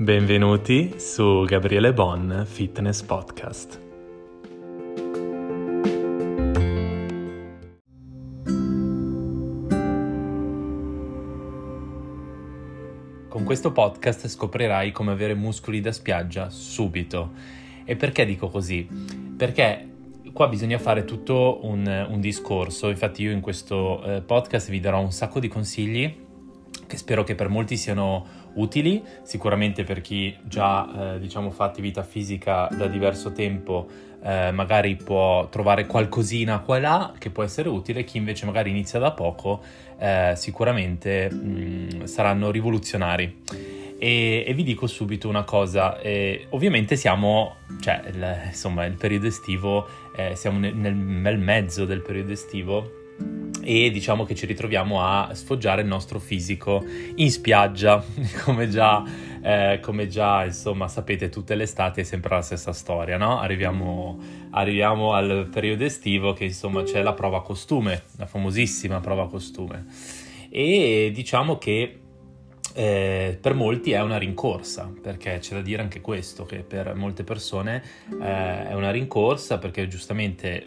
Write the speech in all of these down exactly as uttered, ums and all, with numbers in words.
Benvenuti su Gabriele Bon Fitness Podcast. Con questo podcast scoprirai come avere muscoli da spiaggia subito. E perché dico così? Perché qua bisogna fare tutto un, un discorso. Infatti io in questo eh, podcast vi darò un sacco di consigli che spero che per molti siano utili, sicuramente per chi già eh, diciamo fa attività fisica da diverso tempo eh, magari può trovare qualcosina qua e là che può essere utile, chi invece magari inizia da poco eh, sicuramente mh, saranno rivoluzionari. E, e vi dico subito una cosa, eh, ovviamente siamo, cioè il, insomma il periodo estivo, eh, siamo nel, nel, nel mezzo del periodo estivo e diciamo che ci ritroviamo a sfoggiare il nostro fisico in spiaggia, come già, eh, come già insomma sapete, tutte le estati è sempre la stessa storia, no? Arriviamo, arriviamo al periodo estivo che insomma c'è la prova costume, la famosissima prova costume, e diciamo che Eh, per molti è una rincorsa, perché c'è da dire anche questo, che per molte persone eh, è una rincorsa perché giustamente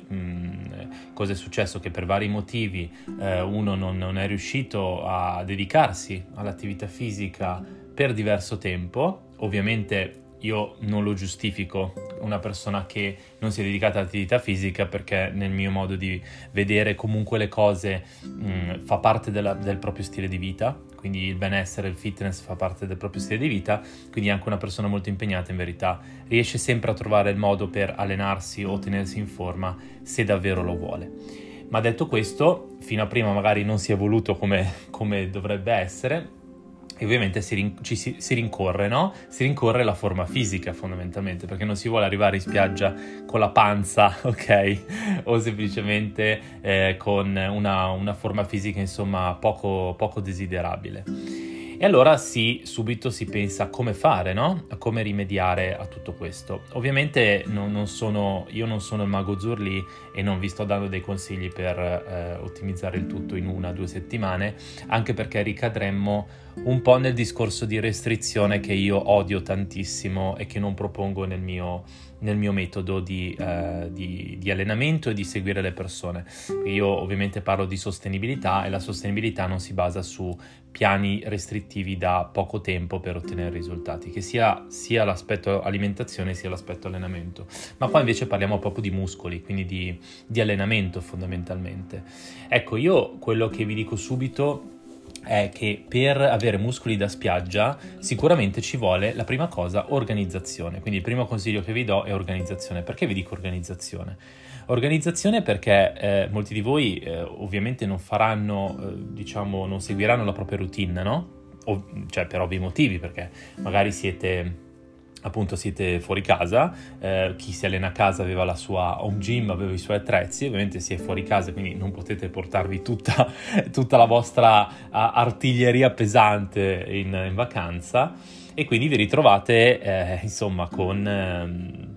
mh, cosa è successo? Che per vari motivi eh, uno non, non è riuscito a dedicarsi all'attività fisica per diverso tempo. Ovviamente io non lo giustifico, una persona che non si è dedicata all'attività fisica, perché nel mio modo di vedere comunque le cose mh, fa parte della, del proprio stile di vita, quindi il benessere, il fitness fa parte del proprio stile di vita, quindi anche una persona molto impegnata in verità riesce sempre a trovare il modo per allenarsi o tenersi in forma se davvero lo vuole. Ma detto questo, fino a prima magari non si è voluto come, come dovrebbe essere, e ovviamente si, rin- ci si, si rincorre, no? Si rincorre la forma fisica fondamentalmente, perché non si vuole arrivare in spiaggia con la panza, ok? O semplicemente eh, con una, una forma fisica insomma poco, poco desiderabile. E allora sì, subito si pensa a come fare, no? A come rimediare a tutto questo. Ovviamente non, non sono, io non sono il mago Zurli e non vi sto dando dei consigli per eh, ottimizzare il tutto in una o due settimane, anche perché ricadremmo un po' nel discorso di restrizione che io odio tantissimo e che non propongo nel mio, nel mio metodo di, eh, di, di allenamento e di seguire le persone. Io ovviamente parlo di sostenibilità e la sostenibilità non si basa su piani restrittivi da poco tempo per ottenere risultati, che sia, sia l'aspetto alimentazione sia l'aspetto allenamento. Ma qua invece parliamo proprio di muscoli, quindi di, di allenamento fondamentalmente. Ecco, io quello che vi dico subito è che per avere muscoli da spiaggia sicuramente ci vuole, la prima cosa, organizzazione. Quindi il primo consiglio che vi do è organizzazione. Perché vi dico organizzazione? Organizzazione perché eh, molti di voi eh, ovviamente non faranno, eh, diciamo, non seguiranno la propria routine, no? O, cioè per ovvi motivi, perché magari siete... appunto siete fuori casa, eh, chi si allena a casa aveva la sua home gym, aveva i suoi attrezzi, ovviamente si è fuori casa, quindi non potete portarvi tutta, tutta la vostra uh, artiglieria pesante in, in vacanza, e quindi vi ritrovate eh, insomma con... Ehm,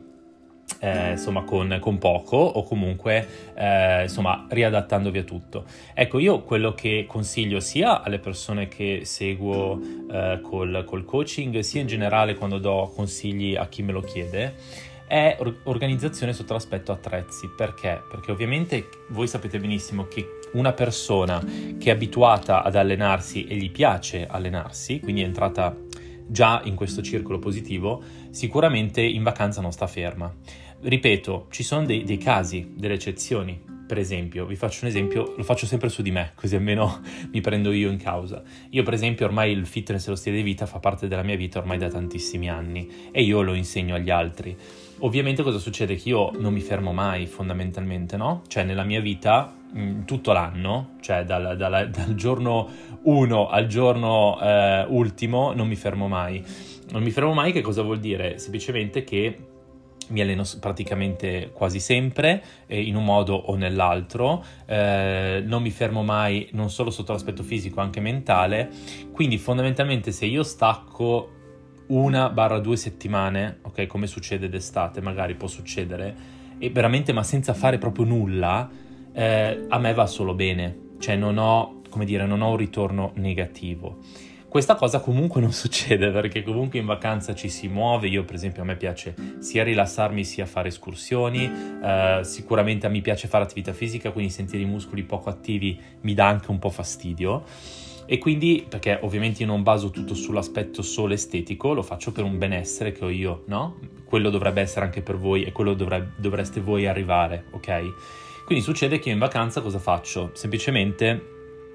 Eh, insomma con, con poco, o comunque eh, insomma riadattandovi a tutto. Ecco, io quello che consiglio sia alle persone che seguo eh, col, col coaching, sia in generale quando do consigli a chi me lo chiede, è or- organizzazione sotto l'aspetto attrezzi. Perché? Perché ovviamente voi sapete benissimo che una persona che è abituata ad allenarsi e gli piace allenarsi, quindi è entrata già in questo circolo positivo, sicuramente in vacanza non sta ferma. Ripeto, ci sono dei, dei casi, delle eccezioni. Per esempio, vi faccio un esempio, lo faccio sempre su di me, così almeno mi prendo io in causa. Io per esempio ormai il fitness e lo stile di vita fa parte della mia vita ormai da tantissimi anni e io lo insegno agli altri. Ovviamente cosa succede? Che io non mi fermo mai fondamentalmente, no? Cioè nella mia vita mh, tutto l'anno, cioè dal, dal, dal giorno uno al giorno eh, ultimo non mi fermo mai. Non mi fermo mai che cosa vuol dire? Semplicemente che mi alleno praticamente quasi sempre, eh, in un modo o nell'altro, eh, non mi fermo mai non solo sotto l'aspetto fisico, anche mentale, quindi fondamentalmente se io stacco una barra due settimane, ok, come succede d'estate, magari può succedere, e veramente ma senza fare proprio nulla, eh, a me va solo bene, cioè non ho, come dire, non ho un ritorno negativo. Questa cosa comunque non succede, perché comunque in vacanza ci si muove. Io per esempio, a me piace sia rilassarmi sia fare escursioni, eh, sicuramente a me piace fare attività fisica, quindi sentire i muscoli poco attivi mi dà anche un po' fastidio. E quindi, perché ovviamente io non baso tutto sull'aspetto solo estetico, lo faccio per un benessere che ho io, no? Quello dovrebbe essere anche per voi e quello dovre- dovreste voi arrivare, ok? Quindi succede che io in vacanza cosa faccio? Semplicemente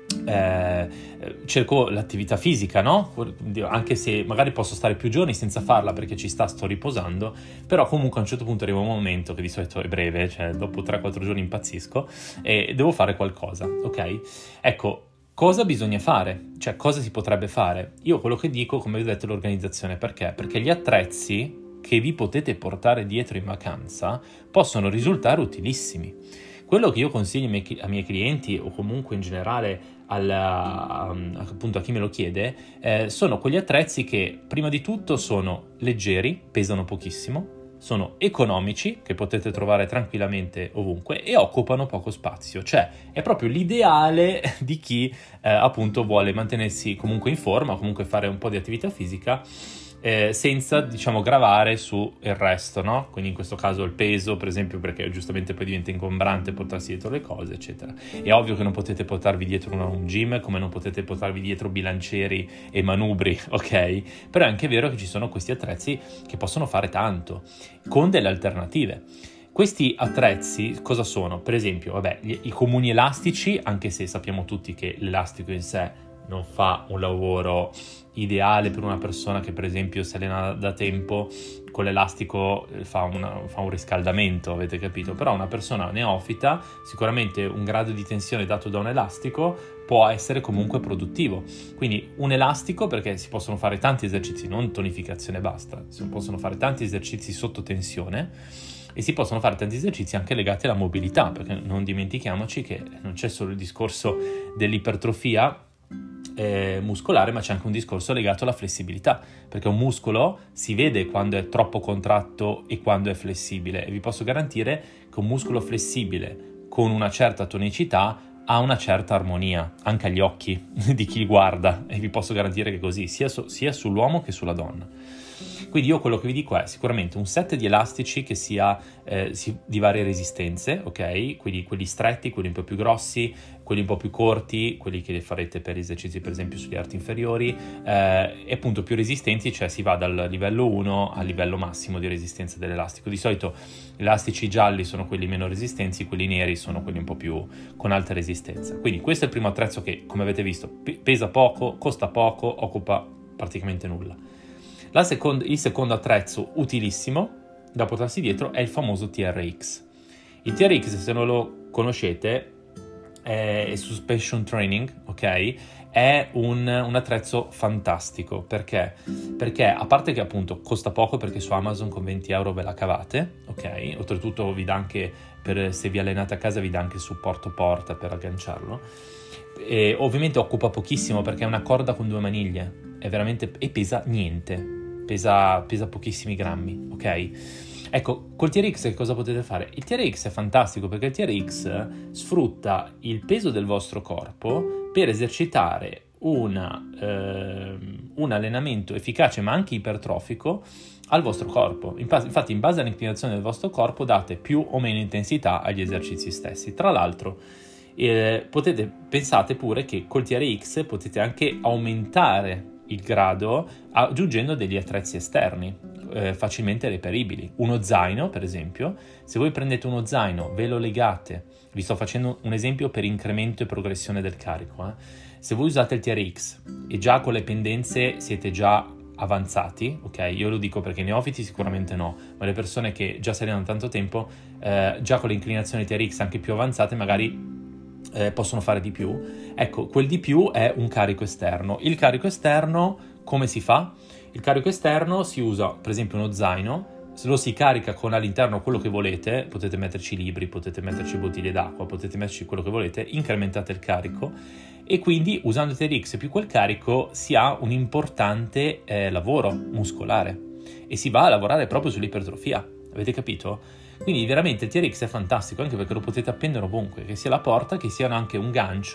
eh, cerco l'attività fisica, no? Anche se magari posso stare più giorni senza farla perché ci sta, sto riposando, però comunque a un certo punto arriva un momento che di solito è breve, cioè dopo tre quattro giorni impazzisco e devo fare qualcosa, ok? Ecco, cosa bisogna fare? Cioè, cosa si potrebbe fare? Io quello che dico, come vedete, l'organizzazione. Perché? Perché gli attrezzi che vi potete portare dietro in vacanza possono risultare utilissimi. Quello che io consiglio ai miei, ai miei clienti, o comunque in generale alla, appunto a chi me lo chiede, eh, sono quegli attrezzi che prima di tutto sono leggeri, pesano pochissimo, sono economici, che potete trovare tranquillamente ovunque, e occupano poco spazio. Cioè è proprio l'ideale di chi eh, appunto vuole mantenersi comunque in forma, comunque fare un po' di attività fisica eh, senza, diciamo, gravare su il resto, no? Quindi in questo caso il peso, per esempio, perché giustamente poi diventa ingombrante portarsi dietro le cose, eccetera. È ovvio che non potete portarvi dietro un gym, come non potete portarvi dietro bilancieri e manubri, ok? Però è anche vero che ci sono questi attrezzi che possono fare tanto, con delle alternative. Questi attrezzi cosa sono? Per esempio, vabbè, gli, i comuni elastici, anche se sappiamo tutti che l'elastico in sé non fa un lavoro ideale per una persona che per esempio si allena da tempo, con l'elastico fa, una, fa un riscaldamento, avete capito? Però una persona neofita, sicuramente un grado di tensione dato da un elastico può essere comunque produttivo. Quindi un elastico, perché si possono fare tanti esercizi, non tonificazione basta, si possono fare tanti esercizi sotto tensione e si possono fare tanti esercizi anche legati alla mobilità, perché non dimentichiamoci che non c'è solo il discorso dell'ipertrofia Eh, muscolare, ma c'è anche un discorso legato alla flessibilità, perché un muscolo si vede quando è troppo contratto e quando è flessibile, e vi posso garantire che un muscolo flessibile con una certa tonicità ha una certa armonia anche agli occhi di chi guarda, e vi posso garantire che è così sia, su, sia sull'uomo che sulla donna. Quindi io quello che vi dico è sicuramente un set di elastici che sia eh, di varie resistenze, ok? Quindi quelli stretti, quelli un po' più grossi, quelli un po' più corti, quelli che farete per esercizi per esempio sugli arti inferiori, eh, e appunto più resistenti, cioè si va dal livello uno al livello massimo di resistenza dell'elastico. Di solito gli elastici gialli sono quelli meno resistenti, quelli neri sono quelli un po' più con alta resistenza. Quindi questo è il primo attrezzo che, come avete visto, pesa poco, costa poco, occupa praticamente nulla. La seconda, il secondo attrezzo utilissimo da portarsi dietro è il famoso T R X. Il T R X, se non lo conoscete, è Suspension Training, ok? È un, un attrezzo fantastico. Perché? Perché a parte che appunto costa poco, perché su Amazon con venti euro ve la cavate, ok? Oltretutto vi dà anche, per, se vi allenate a casa, vi dà anche il supporto porta per agganciarlo. E ovviamente occupa pochissimo perché è una corda con due maniglie, è veramente, e pesa niente. Pesa, pesa pochissimi grammi, ok? Ecco, col T R X che cosa potete fare? Il T R X è fantastico perché il T R X sfrutta il peso del vostro corpo per esercitare una, eh, un allenamento efficace ma anche ipertrofico al vostro corpo. Infatti, in base all'inclinazione del vostro corpo date più o meno intensità agli esercizi stessi. Tra l'altro, eh, potete, pensate pure che col T R X potete anche aumentare il grado aggiungendo degli attrezzi esterni eh, facilmente reperibili. Uno zaino, per esempio, se voi prendete uno zaino, ve lo legate, vi sto facendo un esempio per incremento e progressione del carico, eh. Se voi usate il T R X e già con le pendenze siete già avanzati, ok? Io lo dico perché i neofiti sicuramente no, ma le persone che già si allenano tanto tempo, eh, già con le inclinazioni T R X anche più avanzate, magari Eh, possono fare di più. Ecco, quel di più è un carico esterno. Il carico esterno come si fa? Il carico esterno si usa, per esempio, uno zaino, se lo si carica con all'interno quello che volete, potete metterci libri, potete metterci bottiglie d'acqua, potete metterci quello che volete, incrementate il carico e quindi usando il T R X più quel carico si ha un importante eh, lavoro muscolare e si va a lavorare proprio sull'ipertrofia, avete capito? Quindi veramente il T R X è fantastico anche perché lo potete appendere ovunque, che sia la porta, che sia anche un gancio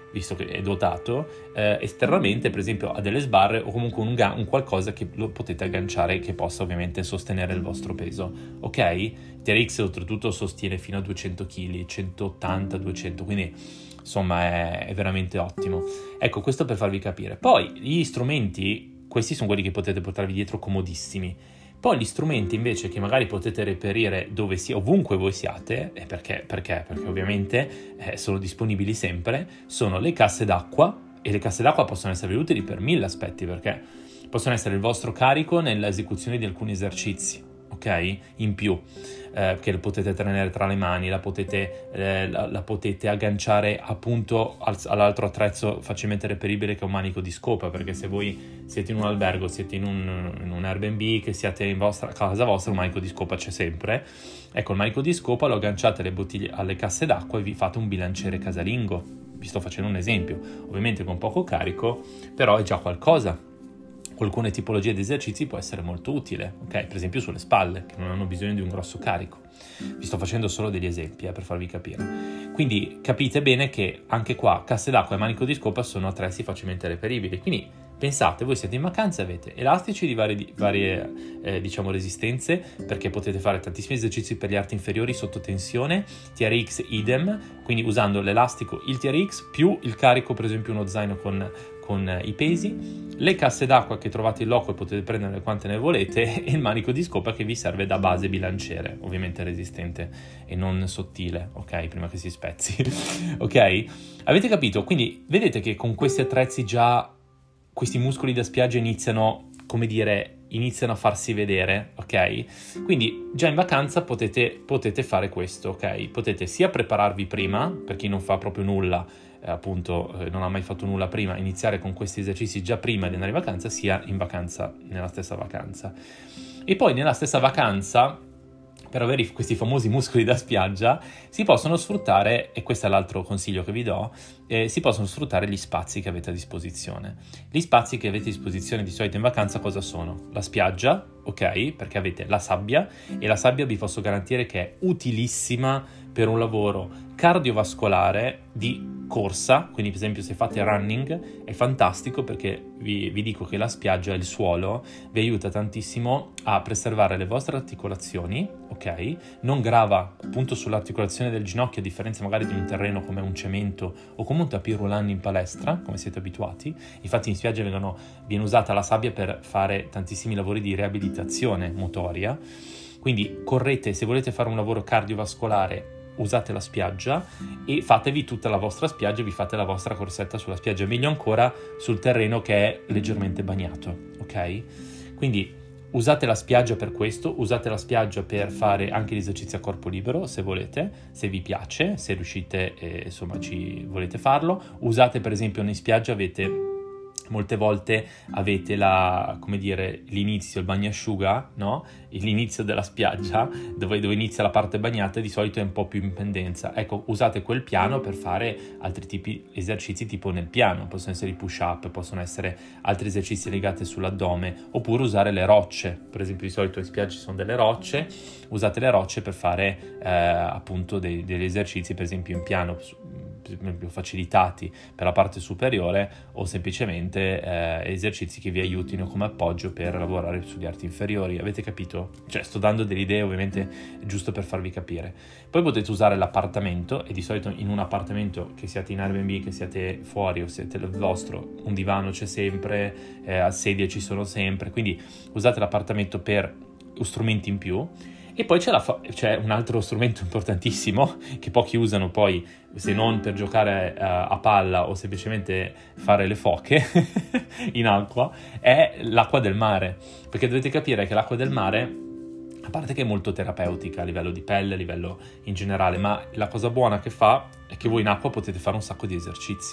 visto che è dotato, eh, esternamente, per esempio ha delle sbarre o comunque un, ga- un qualcosa che lo potete agganciare che possa ovviamente sostenere il vostro peso, ok? Il T R X oltretutto sostiene fino a duecento chili, centottanta duecento, quindi insomma è, è veramente ottimo. Ecco, questo per farvi capire. Poi gli strumenti, questi sono quelli che potete portarvi dietro comodissimi. Poi gli strumenti invece che magari potete reperire dove sia, ovunque voi siate, eh, perché, perché? Perché ovviamente eh, sono disponibili sempre, sono le casse d'acqua, e le casse d'acqua possono essere utili per mille aspetti, perché possono essere il vostro carico nell'esecuzione di alcuni esercizi, ok? In più, eh, che potete tenere tra le mani, la potete, eh, la, la potete agganciare appunto al, all'altro attrezzo facilmente reperibile che è un manico di scopa, perché se voi siete in un albergo, siete in un, in un Airbnb, che siate in vostra casa vostra, un manico di scopa c'è sempre. Ecco, il manico di scopa lo agganciate alle bottiglie, alle casse d'acqua e vi fate un bilanciere casalingo. Vi sto facendo un esempio, ovviamente con poco carico, però è già qualcosa. Alcune tipologie di esercizi può essere molto utile, ok? Per esempio sulle spalle, che non hanno bisogno di un grosso carico. Vi sto facendo solo degli esempi eh, per farvi capire. Quindi capite bene che anche qua casse d'acqua e manico di scopa sono attrezzi facilmente reperibili. Quindi pensate, voi siete in vacanza e avete elastici di varie, di varie eh, diciamo resistenze, perché potete fare tantissimi esercizi per gli arti inferiori sotto tensione, T R X idem, quindi usando l'elastico, il T R X più il carico, per esempio uno zaino con con i pesi, le casse d'acqua che trovate in loco e potete prendere quante ne volete, e il manico di scopa che vi serve da base bilanciere, ovviamente resistente e non sottile, ok? Prima che si spezzi, ok? Avete capito? Quindi vedete che con questi attrezzi già questi muscoli da spiaggia iniziano, come dire, iniziano a farsi vedere, ok? Quindi già in vacanza potete, potete fare questo, ok? Potete sia prepararvi prima, per chi non fa proprio nulla, eh, appunto eh, non ha mai fatto nulla prima, iniziare con questi esercizi già prima di andare in vacanza, sia in vacanza, nella stessa vacanza. E poi nella stessa vacanza, per avere questi famosi muscoli da spiaggia, si possono sfruttare, e questo è l'altro consiglio che vi do, eh, si possono sfruttare gli spazi che avete a disposizione. Gli spazi che avete a disposizione di solito in vacanza cosa sono? La spiaggia, ok? Perché avete la sabbia, e la sabbia vi posso garantire che è utilissima per un lavoro cardiovascolare di corsa, quindi per esempio se fate running è fantastico, perché vi, vi dico che la spiaggia e il suolo vi aiuta tantissimo a preservare le vostre articolazioni, ok? Non grava appunto sull'articolazione del ginocchio, a differenza magari di un terreno come un cemento o come un tapis roulant in palestra, come siete abituati. Infatti in spiaggia vengono, viene usata la sabbia per fare tantissimi lavori di riabilitazione motoria, quindi correte, se volete fare un lavoro cardiovascolare usate la spiaggia e fatevi tutta la vostra spiaggia, vi fate la vostra corsetta sulla spiaggia, meglio ancora sul terreno che è leggermente bagnato, ok? Quindi usate la spiaggia per questo, usate la spiaggia per fare anche gli esercizi a corpo libero se volete, se vi piace, se riuscite e insomma ci volete farlo. Usate per esempio in spiaggia, avete molte volte avete la, come dire, l'inizio, il bagnasciuga, no? L'inizio della spiaggia, dove, dove inizia la parte bagnata, di solito è un po' più in pendenza. Ecco, usate quel piano per fare altri tipi di esercizi tipo nel piano, possono essere i push-up, possono essere altri esercizi legati sull'addome, oppure usare le rocce. Per esempio di solito in spiaggia ci sono delle rocce, usate le rocce per fare eh, appunto dei, degli esercizi, per esempio in piano, più facilitati per la parte superiore, o semplicemente eh, esercizi che vi aiutino come appoggio per lavorare sugli arti inferiori. Avete capito? Cioè sto dando delle idee ovviamente giusto per farvi capire. Poi potete usare l'appartamento, e di solito in un appartamento, che siate in Airbnb, che siate fuori o siete il vostro, un divano c'è sempre, eh, sedie ci sono sempre, quindi usate l'appartamento per strumenti in più. E poi c'è, la fa- c'è un altro strumento importantissimo che pochi usano poi, se non per giocare uh, a palla o semplicemente fare le foche in acqua, è l'acqua del mare. Perché dovete capire che l'acqua del mare, a parte che è molto terapeutica a livello di pelle, a livello in generale, ma la cosa buona che fa è che voi in acqua potete fare un sacco di esercizi.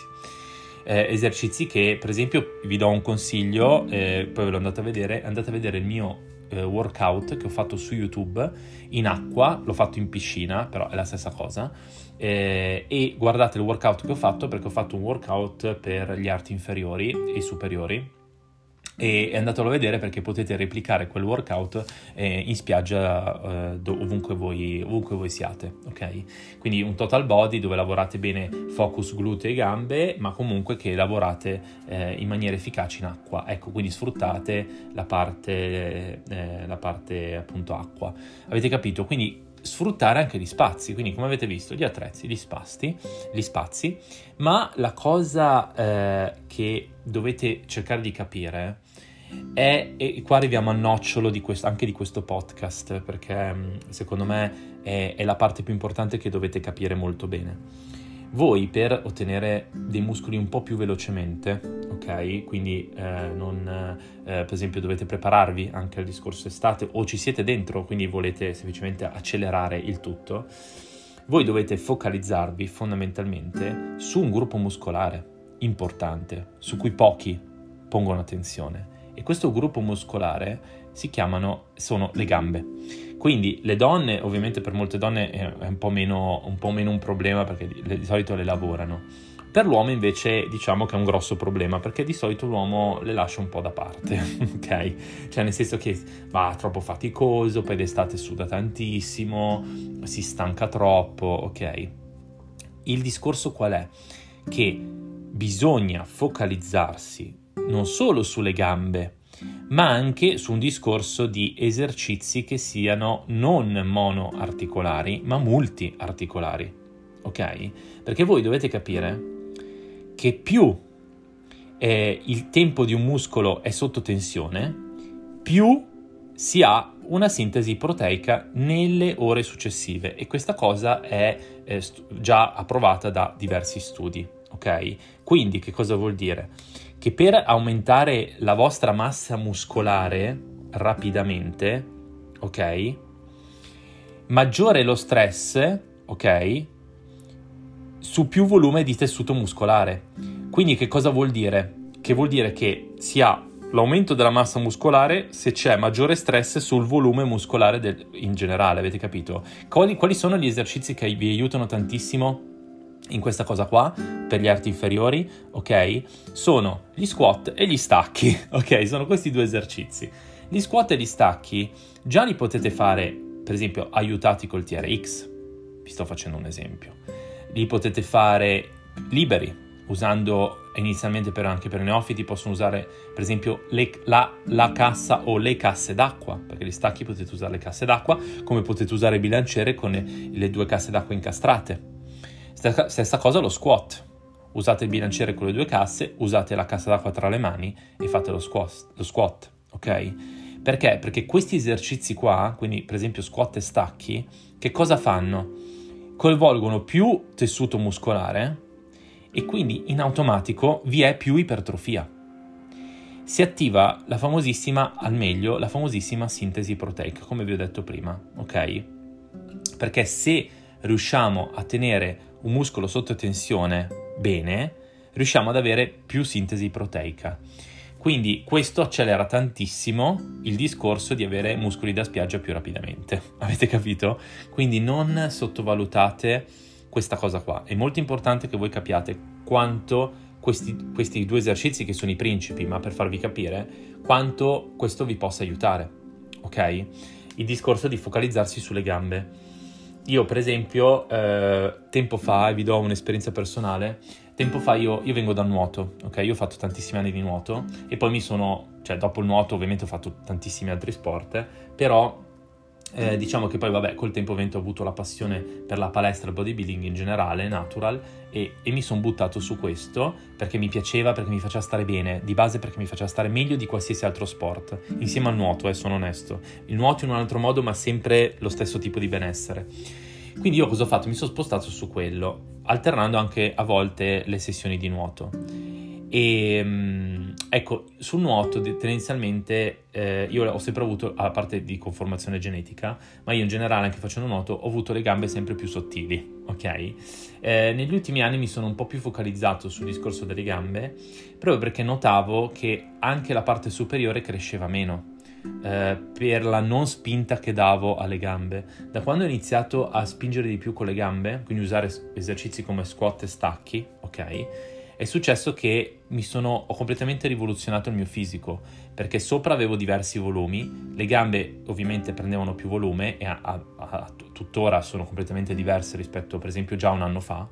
Eh, esercizi che, per esempio, vi do un consiglio, eh, poi ve lo andate a vedere, andate a vedere il mio eh, workout che ho fatto su YouTube in acqua, l'ho fatto in piscina, però è la stessa cosa, eh, e guardate il workout che ho fatto, perché ho fatto un workout per gli arti inferiori e superiori, e andatelo a vedere perché potete replicare quel workout eh, in spiaggia eh, dov- ovunque, voi, ovunque voi siate, ok? Quindi un total body dove lavorate bene focus glutei e gambe, ma comunque che lavorate eh, in maniera efficace in acqua, ecco, quindi sfruttate la parte, eh, la parte appunto acqua, avete capito? Quindi sfruttare anche gli spazi, quindi come avete visto gli attrezzi, gli spazi, gli spazi, ma la cosa eh, che dovete cercare di capire è, e qua arriviamo al nocciolo di questo, anche di questo podcast, perché secondo me è, è la parte più importante che dovete capire molto bene. Voi per ottenere dei muscoli un po' più velocemente, ok? Quindi eh, non, eh, per esempio dovete prepararvi anche al discorso estate o ci siete dentro, quindi volete semplicemente accelerare il tutto, voi dovete focalizzarvi fondamentalmente su un gruppo muscolare importante, su cui pochi pongono attenzione. E questo gruppo muscolare si chiamano, sono le gambe. Quindi le donne, ovviamente per molte donne è un po' meno un, po' meno un problema perché di solito le lavorano. Per l'uomo invece diciamo che è un grosso problema perché di solito l'uomo le lascia un po' da parte, ok? Cioè nel senso che va troppo faticoso, poi d'estate suda tantissimo, si stanca troppo, ok? Il discorso qual è? Che bisogna focalizzarsi non solo sulle gambe, ma anche su un discorso di esercizi che siano non monoarticolari, ma multiarticolari, ok? Perché voi dovete capire che più eh, il tempo di un muscolo è sotto tensione, più si ha una sintesi proteica nelle ore successive e questa cosa è eh, st- già approvata da diversi studi, ok? Quindi che cosa vuol dire? Che per aumentare la vostra massa muscolare rapidamente, ok? Maggiore lo stress, ok? Su più volume di tessuto muscolare. Quindi che cosa vuol dire? Che vuol dire che si ha l'aumento della massa muscolare se c'è maggiore stress sul volume muscolare del, in generale, avete capito? Quali, quali sono gli esercizi che vi aiutano tantissimo in questa cosa qua, per gli arti inferiori, ok? Sono gli squat e gli stacchi, ok? Sono questi due esercizi. Gli squat e gli stacchi già li potete fare, per esempio, aiutati col T R X, vi sto facendo un esempio. Li potete fare liberi, usando inizialmente per, anche per neofiti, possono usare per esempio le, la, la cassa o le casse d'acqua, perché gli stacchi potete usare le casse d'acqua, come potete usare il bilanciere con le, le due casse d'acqua incastrate. Stessa cosa lo squat, usate il bilanciere con le due casse, usate la cassa d'acqua tra le mani e fate lo squat, lo squat, ok? Perché? Perché questi esercizi qua, quindi per esempio squat e stacchi, che cosa fanno? Coinvolgono più tessuto muscolare e quindi in automatico vi è più ipertrofia. Si attiva la famosissima, al meglio, la famosissima sintesi proteica, come vi ho detto prima, ok? Perché se riusciamo a tenere un muscolo sotto tensione bene, riusciamo ad avere più sintesi proteica. Quindi questo accelera tantissimo il discorso di avere muscoli da spiaggia più rapidamente. Avete capito? Quindi non sottovalutate questa cosa qua. È molto importante che voi capiate quanto questi, questi due esercizi, che sono i principi, ma per farvi capire quanto questo vi possa aiutare. Ok? Il discorso di focalizzarsi sulle gambe. Io per esempio, eh, tempo fa, e vi do un'esperienza personale, tempo fa io, io vengo dal nuoto, ok? Io ho fatto tantissimi anni di nuoto e poi mi sono, cioè dopo il nuoto ovviamente ho fatto tantissimi altri sport, però eh, diciamo che poi vabbè col tempo ovviamente ho avuto la passione per la palestra e il bodybuilding in generale, natural, e, e mi sono buttato su questo perché mi piaceva, perché mi faceva stare bene, di base perché mi faceva stare meglio di qualsiasi altro sport, insieme al nuoto, eh, sono onesto. Il nuoto in un altro modo, ma sempre lo stesso tipo di benessere. Quindi io cosa ho fatto? Mi sono spostato su quello, alternando anche a volte le sessioni di nuoto. E ecco, sul nuoto tendenzialmente eh, io ho sempre avuto, a parte di conformazione genetica, ma io in generale anche facendo nuoto ho avuto le gambe sempre più sottili, ok? Eh, negli ultimi anni mi sono un po' più focalizzato sul discorso delle gambe, proprio perché notavo che anche la parte superiore cresceva meno. Eh, per la non spinta che davo alle gambe. Da quando ho iniziato a spingere di più con le gambe, quindi usare esercizi come squat e stacchi, ok, è successo che mi sono, ho completamente rivoluzionato il mio fisico, perché sopra avevo diversi volumi, le gambe ovviamente prendevano più volume e a, a, a, tuttora sono completamente diverse rispetto per esempio già un anno fa,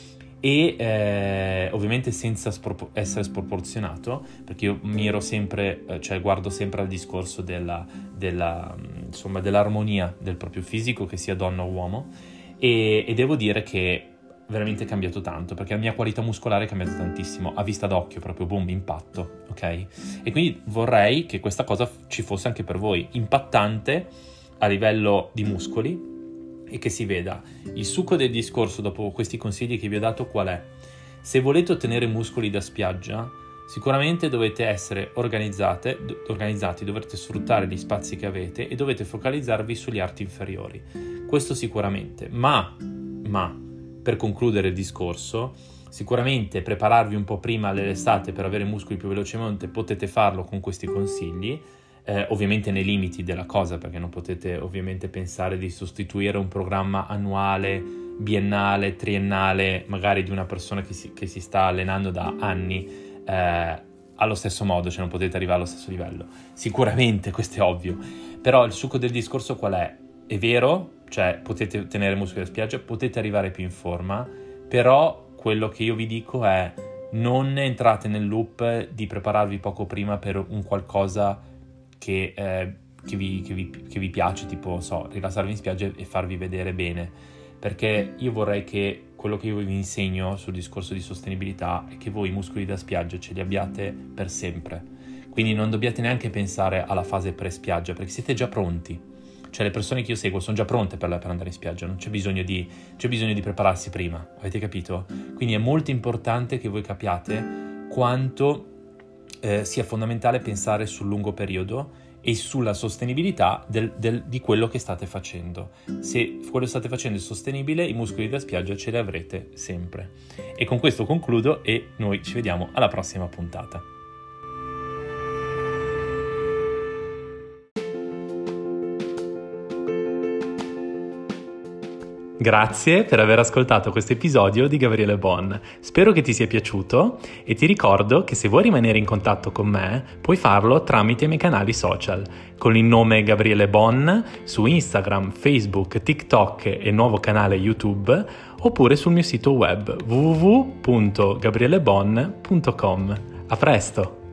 e eh, ovviamente senza spropor- essere sproporzionato, perché io mi ero sempre, eh, cioè guardo sempre al discorso della, della, insomma, dell'armonia del proprio fisico, che sia donna o uomo, e, e devo dire che veramente è cambiato tanto, perché la mia qualità muscolare è cambiata tantissimo, a vista d'occhio, proprio boom, impatto, ok? E quindi vorrei che questa cosa ci fosse anche per voi, impattante a livello di muscoli, e che si veda. Il succo del discorso dopo questi consigli che vi ho dato qual è? Se volete ottenere muscoli da spiaggia, sicuramente dovete essere organizzate, organizzati, dovrete sfruttare gli spazi che avete e dovete focalizzarvi sugli arti inferiori. Questo sicuramente, ma, ma per concludere il discorso, sicuramente prepararvi un po' prima all'estate per avere muscoli più velocemente, potete farlo con questi consigli, eh, ovviamente nei limiti della cosa, perché non potete ovviamente pensare di sostituire un programma annuale, biennale, triennale, magari di una persona che si, che si sta allenando da anni eh, allo stesso modo, cioè non potete arrivare allo stesso livello. Sicuramente, questo è ovvio, però il succo del discorso qual è? È vero, cioè potete ottenere muscoli da spiaggia, potete arrivare più in forma, però quello che io vi dico è: non entrate nel loop di prepararvi poco prima per un qualcosa che, eh, che, vi, che, vi, che vi piace, tipo, so, rilassarvi in spiaggia e farvi vedere bene, perché io vorrei che quello che io vi insegno sul discorso di sostenibilità è che voi i muscoli da spiaggia ce li abbiate per sempre, quindi non dobbiate neanche pensare alla fase pre-spiaggia, perché siete già pronti. Cioè le persone che io seguo sono già pronte per, per andare in spiaggia, non c'è bisogno di, c'è bisogno di prepararsi prima, avete capito? Quindi è molto importante che voi capiate quanto eh, sia fondamentale pensare sul lungo periodo e sulla sostenibilità del, del, di quello che state facendo. Se quello che state facendo è sostenibile, i muscoli da spiaggia ce li avrete sempre. E con questo concludo e noi ci vediamo alla prossima puntata. Grazie per aver ascoltato questo episodio di Gabriele Bon. Spero che ti sia piaciuto e ti ricordo che se vuoi rimanere in contatto con me puoi farlo tramite i miei canali social con il nome Gabriele Bon su Instagram, Facebook, TikTok e nuovo canale YouTube, oppure sul mio sito web w w w punto gabrielebon punto com. A presto!